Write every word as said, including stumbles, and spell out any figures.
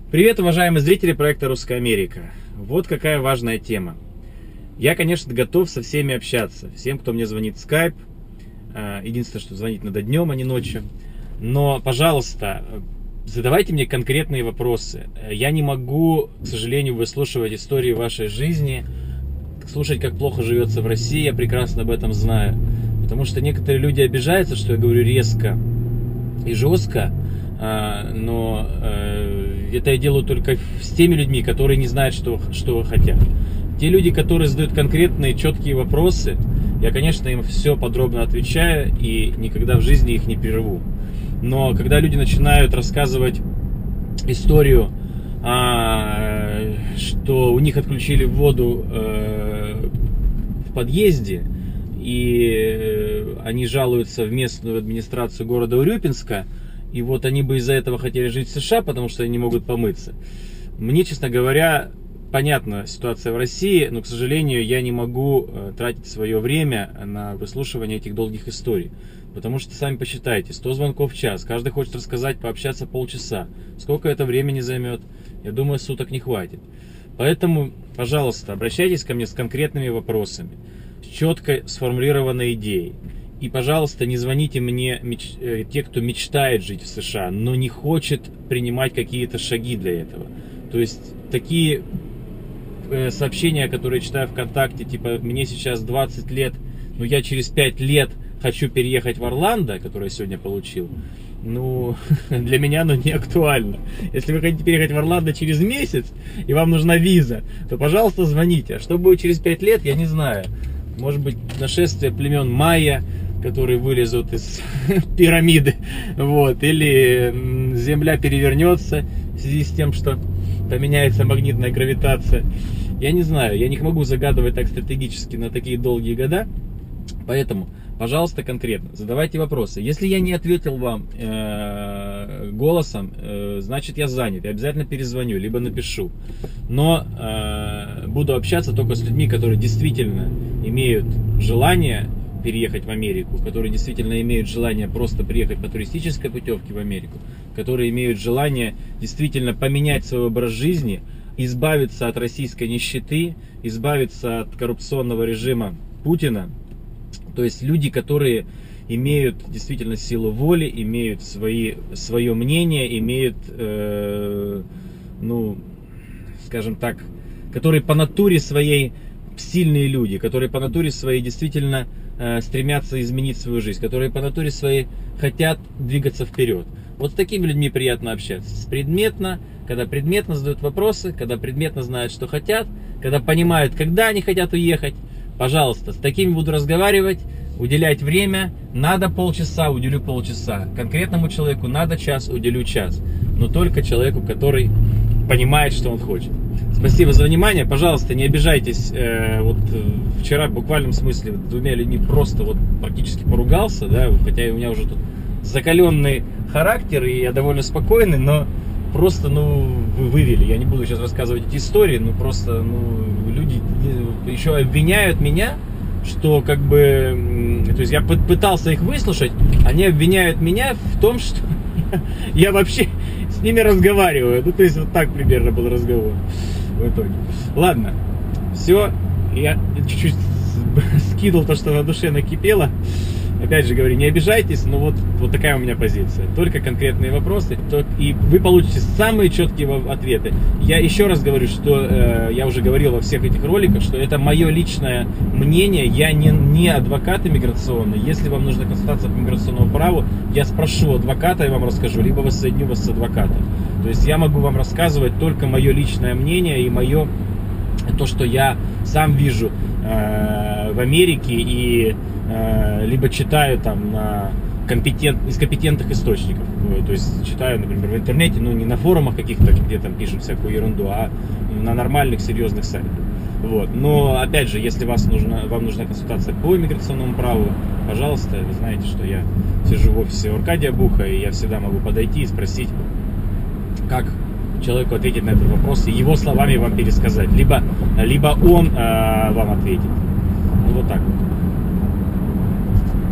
Привет, уважаемые зрители проекта «Русская Америка». Вот какая важная тема. Я, конечно, готов со всеми общаться. Всем, кто мне звонит в скайп. Единственное, что звонить надо днем, а не ночью. Но, пожалуйста, задавайте мне конкретные вопросы. Я не могу, к сожалению, выслушивать истории вашей жизни, слушать, как плохо живется в России. Я прекрасно об этом знаю. Потому что некоторые люди обижаются, что я говорю резко и жестко. Но это я делаю только с теми людьми, которые не знают, что, что хотят. Те люди, которые задают конкретные, четкие вопросы, я, конечно, им все подробно отвечаю и никогда в жизни их не прерву. Но когда люди начинают рассказывать историю, что у них отключили воду в подъезде, и они жалуются в местную администрацию города Урюпинска, и вот они бы из-за этого хотели жить в США, потому что они не могут помыться. Мне, честно говоря, понятна ситуация в России, но, к сожалению, я не могу тратить свое время на выслушивание этих долгих историй. Потому что, сами посчитайте, сто звонков в час, каждый хочет рассказать, пообщаться полчаса. Сколько это времени займет? Я думаю, суток не хватит. Поэтому, пожалуйста, обращайтесь ко мне с конкретными вопросами, с четко сформулированной идеей. И, пожалуйста, не звоните мне меч... те, кто мечтает жить в США, но не хочет принимать какие-то шаги для этого. То есть такие э, сообщения, которые читаю ВКонтакте, типа «мне сейчас двадцать лет, но я через пять лет хочу переехать в Орландо», которое я сегодня получил, ну, для меня оно не актуально. Если вы хотите переехать в Орландо через месяц, и вам нужна виза, то, пожалуйста, звоните. А что будет через пять лет, я не знаю. Может быть, нашествие племен майя, которые вылезут из пирамиды, вот, или Земля перевернется в связи с тем, что поменяется магнитная гравитация. Я не знаю, я не могу загадывать так стратегически на такие долгие года, поэтому, пожалуйста, конкретно задавайте вопросы. Если я не ответил вам э, голосом, э, значит я занят, я обязательно перезвоню, либо напишу. Но э, буду общаться только с людьми, которые действительно имеют желание переехать в Америку, которые действительно имеют желание просто приехать по туристической путевке в Америку, которые имеют желание действительно поменять свой образ жизни, избавиться от российской нищеты, избавиться от коррупционного режима Путина. То есть люди, которые имеют действительно силу воли, имеют свои, свое мнение, имеют, э, ну, скажем так, которые по натуре своей сильные люди, которые по натуре своей действительно э, стремятся изменить свою жизнь, которые по натуре своей хотят двигаться вперед. Вот с такими людьми приятно общаться. Предметно, когда предметно задают вопросы, когда предметно знают, что хотят, когда понимают, когда они хотят уехать. Пожалуйста, с такими буду разговаривать, уделять время. Надо полчаса, уделю полчаса. Конкретному человеку надо час, уделю час. Но только человеку, который понимает, что он хочет. Спасибо за внимание. Пожалуйста, не обижайтесь. Э, вот э, вчера в буквальном смысле с двумя людьми просто вот практически поругался, да, хотя у меня уже тут закаленный характер, и я довольно спокойный, но просто, ну, вы вывели. Я не буду сейчас рассказывать эти истории, но просто, ну, люди еще обвиняют меня, что как бы, то есть я пытался их выслушать, они обвиняют меня в том, что я вообще с ними разговариваю. Ну, то есть вот так примерно был разговор в итоге. Ладно, все, я чуть-чуть скинул то, что на душе накипело. Опять же говорю, не обижайтесь, но вот, вот такая у меня позиция. Только конкретные вопросы, и вы получите самые четкие ответы. Я еще раз говорю, что э, я уже говорил во всех этих роликах, что это мое личное мнение, я не, не адвокат иммиграционный. Если вам нужна консультация по миграционному праву, я спрошу адвоката и вам расскажу, либо воссоединю вас с адвокатом. То есть я могу вам рассказывать только мое личное мнение и мое, то, что я сам вижу э, в Америке и либо читаю там на компетент, из компетентных источников, то есть читаю, например, в интернете, ну не на форумах каких-то, где там пишут всякую ерунду, а на нормальных, серьезных сайтах. Вот. Но опять же, если вас нужна, вам нужна консультация по иммиграционному праву, пожалуйста, вы знаете, что я сижу в офисе Аркадия Буха, и я всегда могу подойти и спросить, как человеку ответить на этот вопрос, и его словами вам пересказать, либо, либо он э, вам ответит. Ну, вот так вот.